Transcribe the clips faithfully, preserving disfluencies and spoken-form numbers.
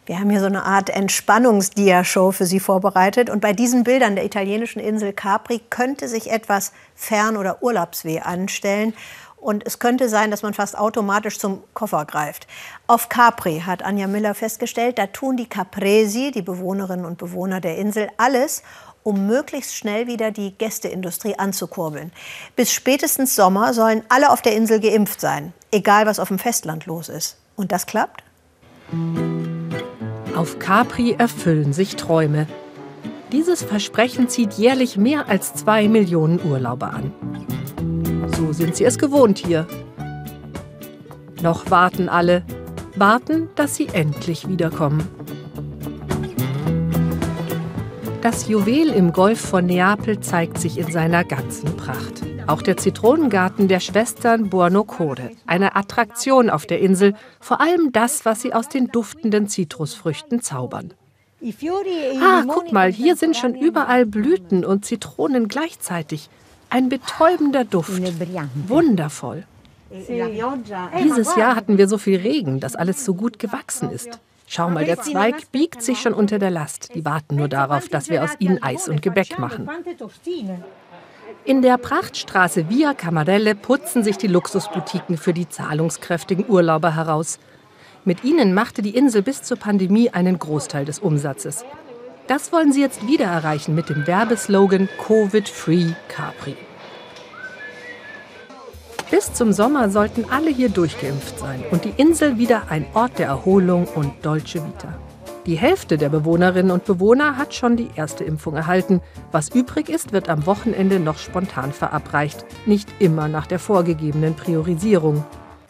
Wir haben hier so eine Art Entspannungsdia-Show für Sie vorbereitet. Und bei diesen Bildern der italienischen Insel Capri könnte sich etwas Fern- oder Urlaubsweh anstellen. Und es könnte sein, dass man fast automatisch zum Koffer greift. Auf Capri, hat Anja Miller festgestellt, da tun die Capresi, die Bewohnerinnen und Bewohner der Insel, alles, um möglichst schnell wieder die Gästeindustrie anzukurbeln. Bis spätestens Sommer sollen alle auf der Insel geimpft sein, egal was auf dem Festland los ist. Und das klappt? Auf Capri erfüllen sich Träume. Dieses Versprechen zieht jährlich mehr als zwei Millionen Urlauber an. So sind sie es gewohnt hier. Noch warten alle, warten, dass sie endlich wiederkommen. Das Juwel im Golf von Neapel zeigt sich in seiner ganzen Pracht. Auch der Zitronengarten der Schwestern Buonocore, eine Attraktion auf der Insel, vor allem das, was sie aus den duftenden Zitrusfrüchten zaubern. Ah, guck mal, hier sind schon überall Blüten und Zitronen gleichzeitig. Ein betäubender Duft. Wundervoll. Dieses Jahr hatten wir so viel Regen, dass alles so gut gewachsen ist. Schau mal, der Zweig biegt sich schon unter der Last. Die warten nur darauf, dass wir aus ihnen Eis und Gebäck machen. In der Prachtstraße Via Camarelle putzen sich die Luxusboutiquen für die zahlungskräftigen Urlauber heraus. Mit ihnen machte die Insel bis zur Pandemie einen Großteil des Umsatzes. Das wollen sie jetzt wieder erreichen mit dem Werbeslogan Covid-Free Capri. Bis zum Sommer sollten alle hier durchgeimpft sein und die Insel wieder ein Ort der Erholung und Dolce Vita. Die Hälfte der Bewohnerinnen und Bewohner hat schon die erste Impfung erhalten. Was übrig ist, wird am Wochenende noch spontan verabreicht. Nicht immer nach der vorgegebenen Priorisierung.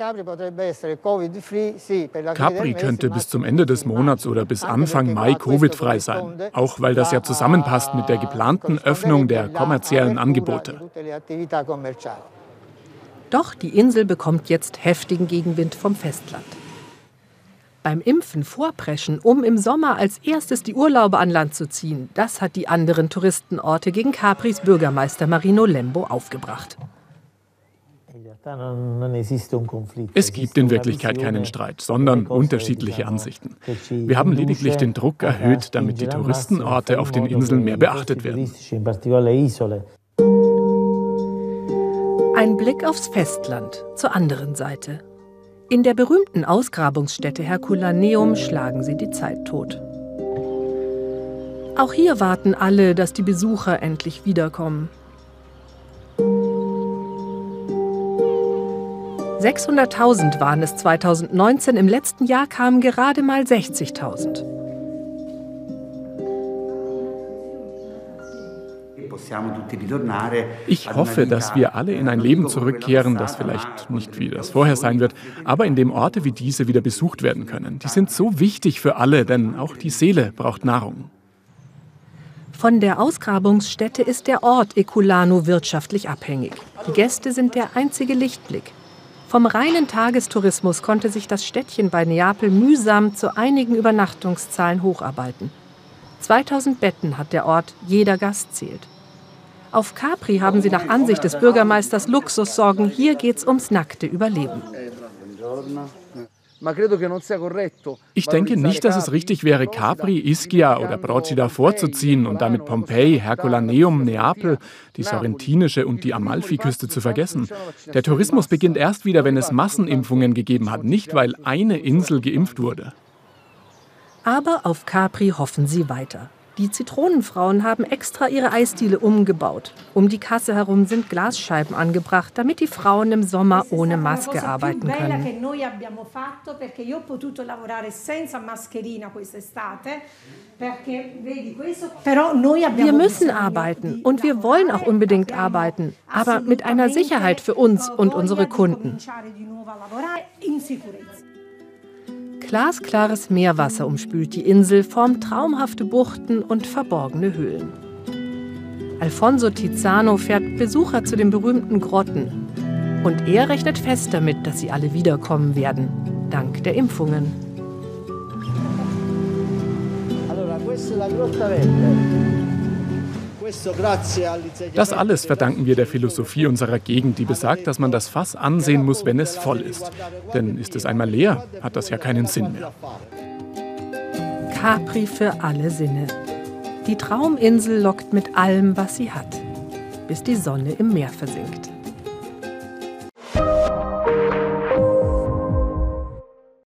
Capri könnte bis zum Ende des Monats oder bis Anfang Mai Covid-frei sein, auch weil das ja zusammenpasst mit der geplanten Öffnung der kommerziellen Angebote. Doch die Insel bekommt jetzt heftigen Gegenwind vom Festland. Beim Impfen vorpreschen, um im Sommer als erstes die Urlauber an Land zu ziehen, das hat die anderen Touristenorte gegen Capris Bürgermeister Marino Lembo aufgebracht. Es gibt in Wirklichkeit keinen Streit, sondern unterschiedliche Ansichten. Wir haben lediglich den Druck erhöht, damit die Touristenorte auf den Inseln mehr beachtet werden. Ein Blick aufs Festland, zur anderen Seite. In der berühmten Ausgrabungsstätte Herculaneum schlagen sie die Zeit tot. Auch hier warten alle, dass die Besucher endlich wiederkommen. sechshunderttausend waren es zweitausendneunzehn, im letzten Jahr kamen gerade mal sechzigtausend. Ich hoffe, dass wir alle in ein Leben zurückkehren, das vielleicht nicht wie das vorher sein wird, aber in dem Orte wie diese wieder besucht werden können. Die sind so wichtig für alle, denn auch die Seele braucht Nahrung. Von der Ausgrabungsstätte ist der Ort Eculano wirtschaftlich abhängig. Die Gäste sind der einzige Lichtblick. Vom reinen Tagestourismus konnte sich das Städtchen bei Neapel mühsam zu einigen Übernachtungszahlen hocharbeiten. zweitausend Betten hat der Ort, jeder Gast zählt. Auf Capri haben sie nach Ansicht des Bürgermeisters Luxussorgen. Hier geht's ums nackte Überleben. Ich denke nicht, dass es richtig wäre, Capri, Ischia oder Procida vorzuziehen und damit Pompeji, Herculaneum, Neapel, die sorrentinische und die Amalfiküste zu vergessen. Der Tourismus beginnt erst wieder, wenn es Massenimpfungen gegeben hat, nicht weil eine Insel geimpft wurde. Aber auf Capri hoffen sie weiter. Die Zitronenfrauen haben extra ihre Eisdiele umgebaut. Um die Kasse herum sind Glasscheiben angebracht, damit die Frauen im Sommer ohne Maske arbeiten können. Wir müssen arbeiten und wir wollen auch unbedingt arbeiten, aber mit einer Sicherheit für uns und unsere Kunden. Glasklares Meerwasser umspült die Insel, formt traumhafte Buchten und verborgene Höhlen. Alfonso Tizzano fährt Besucher zu den berühmten Grotten. Und er rechnet fest damit, dass sie alle wiederkommen werden, dank der Impfungen. Das alles verdanken wir der Philosophie unserer Gegend, die besagt, dass man das Fass ansehen muss, wenn es voll ist. Denn ist es einmal leer, hat das ja keinen Sinn mehr. Capri für alle Sinne. Die Trauminsel lockt mit allem, was sie hat, bis die Sonne im Meer versinkt.